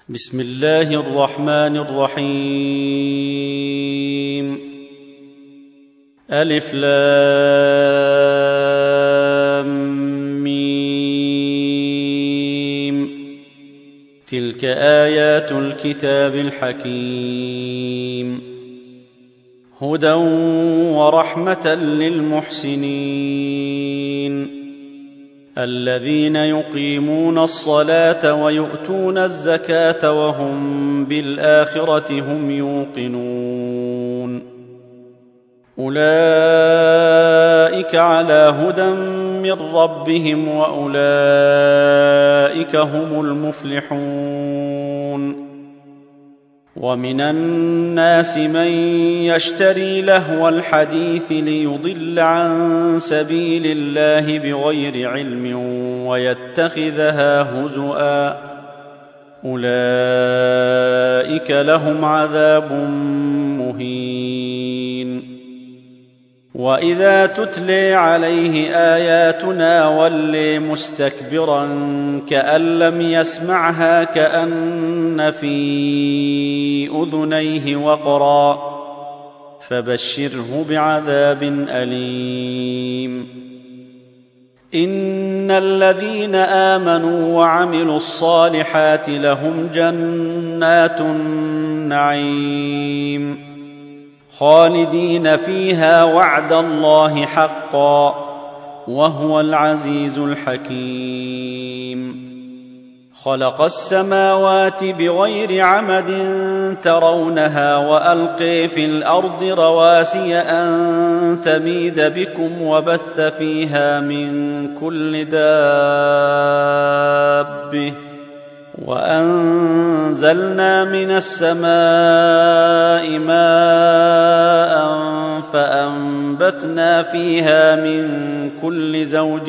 بسم الله الرحمن الرحيم. ألف لام ميم. تلك آيات الكتاب الحكيم، هدى ورحمة للمحسنين الذين يقيمون الصلاة ويؤتون الزكاة وهم بالآخرة هم يوقنون. أولئك على هدى من ربهم وأولئك هم المفلحون. ومن الناس من يشتري لهو الحديث ليضل عن سبيل الله بغير علم ويتخذها هزؤا، أولئك لهم عذاب مهين. وإذا تتلي عليه آياتنا ولي مستكبرا كأن لم يسمعها كأن في أذنيه وقرا، فبشره بعذاب أليم. إن الذين آمنوا وعملوا الصالحات لهم جنات النعيم خالدين فيها وعد الله حقا، وهو العزيز الحكيم. خلق السماوات بغير عمد ترونها وألقي في الأرض رواسي أن تميد بكم وبث فيها من كل دابة، وأنزلنا من السماء ماء فأنبتنا فيها من كل زوج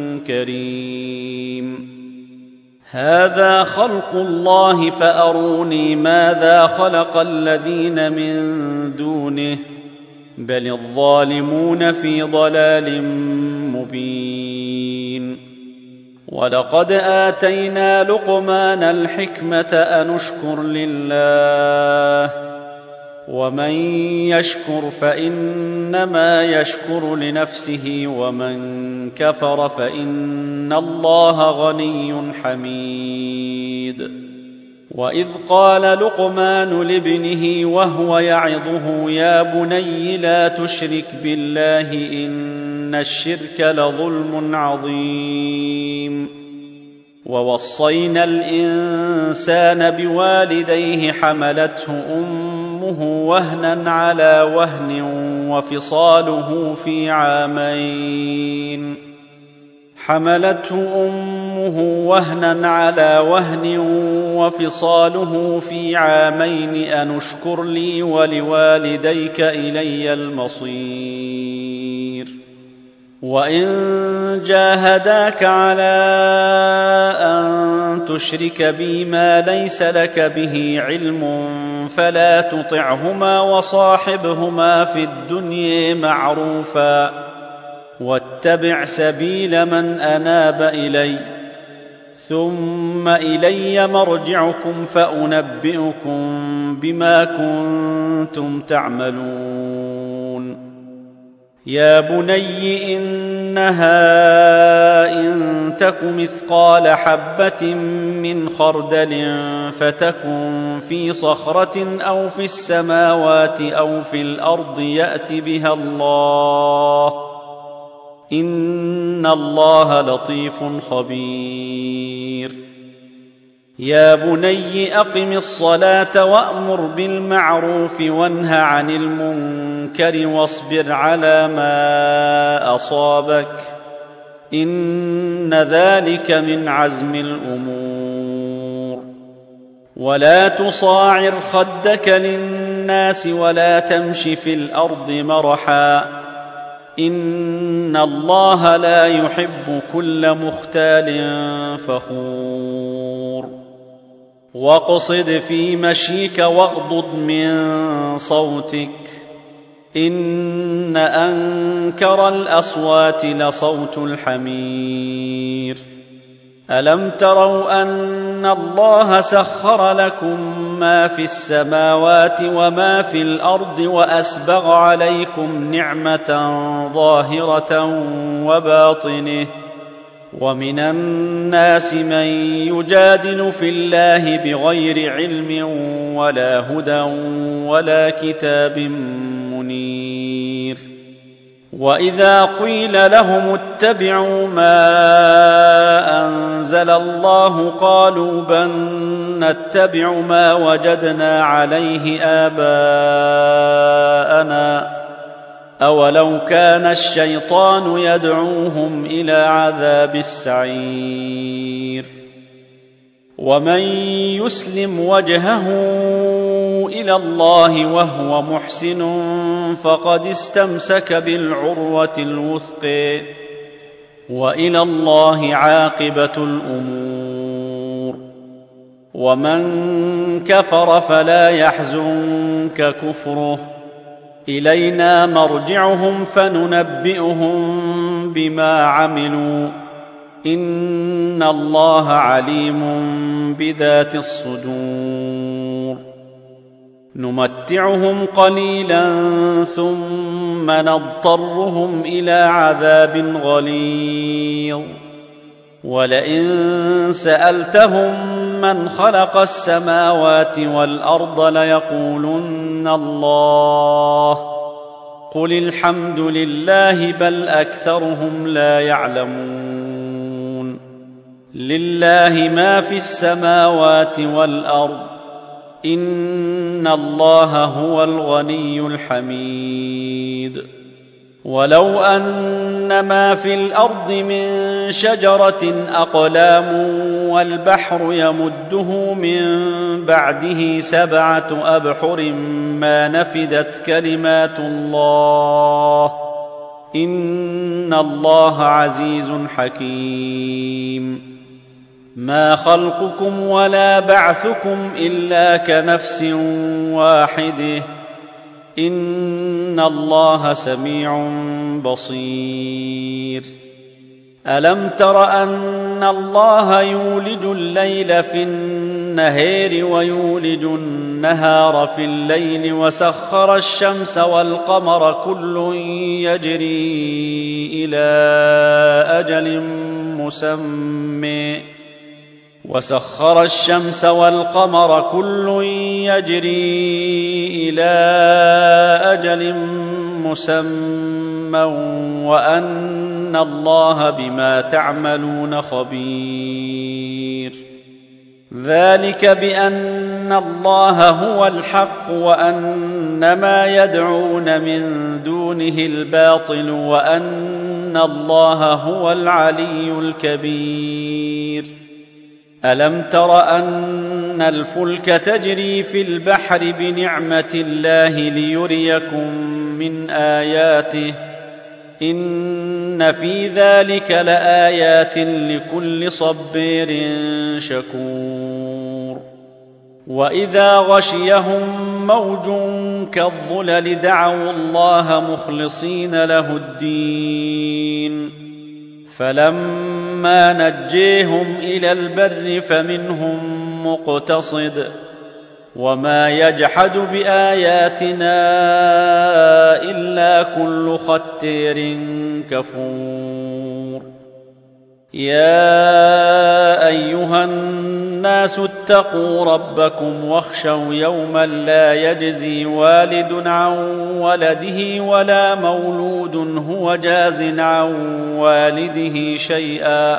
كريم. هذا خلق الله فأروني ماذا خلق الذين من دونه، بل الظالمون في ضلال مبين. ولقد آتينا لقمان الحكمة أن اشكر لله، ومن يشكر فإنما يشكر لنفسه، ومن كفر فإن الله غني حميد. وإذ قال لقمان لابنه وهو يعظه يا بني لا تشرك بالله إن الشرك لظلم عظيم. ووصينا الإنسان بوالديه حملته أمه وهنا على وهن وفصاله في عامين أن اشكر لي ولوالديك إلي المصير. وإن جاهداك على أن تشرك بي ما ليس لك به علم فلا تطعهما وصاحبهما في الدنيا معروفا، واتبع سبيل من أناب إلي، ثم إلي مرجعكم فأنبئكم بما كنتم تعملون. يا بني إنها إن تك مثقال حبة من خردل فتكن في صخرة أو في السماوات أو في الأرض يأت بها الله، إن الله لطيف خبير. يا بني أقم الصلاة وأمر بالمعروف وانه عن المنكر واصبر على ما أصابك، إن ذلك من عزم الأمور. ولا تصاعر خدك للناس ولا تمش في الأرض مرحا، إن الله لا يحب كل مختال فخور. واقصد في مشيك واغضض من صوتك، إن أنكر الأصوات لصوت الحمير، ألم تروا أن الله سخر لكم ما في السماوات وما في الأرض وأسبغ عليكم نعمة ظاهرة وباطنة ومن الناس من يجادل في الله بغير علم ولا هدى ولا كتاب منير وإذا قيل لهم اتبعوا ما أنزل الله قالوا بل نتبع ما وجدنا عليه آباءنا أولو كان الشيطان يدعوهم إلى عذاب السعير ومن يسلم وجهه إلى الله وهو محسن فقد استمسك بالعروة الوثقى وإلى الله عاقبة الأمور ومن كفر فلا يحزنك كفره إلينا مرجعهم فننبئهم بما عملوا إن الله عليم بذات الصدور نمتعهم قليلا ثم نضطرهم إلى عذاب غليظ ولئن سألتهم من خلق السماوات والأرض ليقولن الله قل الحمد لله بل أكثرهم لا يعلمون لله ما في السماوات والأرض إن الله هو الغني الحميد ولو أن ما في الأرض من شجرة أقلام والبحر يمده من بعده 7 أبحر ما نفدت كلمات الله إن الله عزيز حكيم ما خلقكم ولا بعثكم إلا كنفس واحدة إن الله سميع بصير ألم تر أن الله يولج الليل في النهار ويولج النهار في الليل وسخر الشمس والقمر كل يجري إلى أجل مسمى وسخر الشمس والقمر كل يجري إلى أجل مسمى وأن الله بما تعملون خبير ذلك بأن الله هو الحق وأن ما يدعون من دونه الباطل وأن الله هو العلي الكبير ألم تر أن الفلك تجري في البحر بنعمة الله ليريكم من آياته إن في ذلك لآيات لكل صبير شكور وإذا غشيهم موج كالظلل دعوا الله مخلصين له الدين فلما نجيهم إلى البر فمنهم مقتصد وما يجحد بآياتنا إلا كل ختير كفور يا أيها الناس اتقوا ربكم واخشوا يوما لا يجزي والد عن ولده ولا مولود هو جاز عن والده شيئا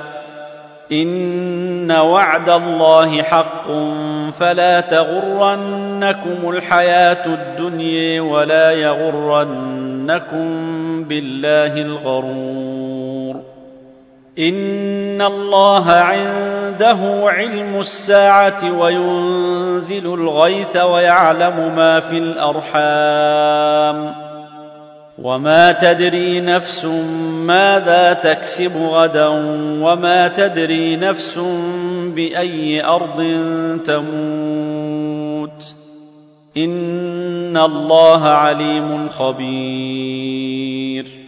إن وعد الله حق فلا تغرنكم الحياة الدنيا ولا يغرنكم بالله الغرور إن الله عنده علم الساعة وينزل الغيث ويعلم ما في الأرحام وما تدري نفس ماذا تكسب غدا وما تدري نفس بأي أرض تموت إن الله عليم خبير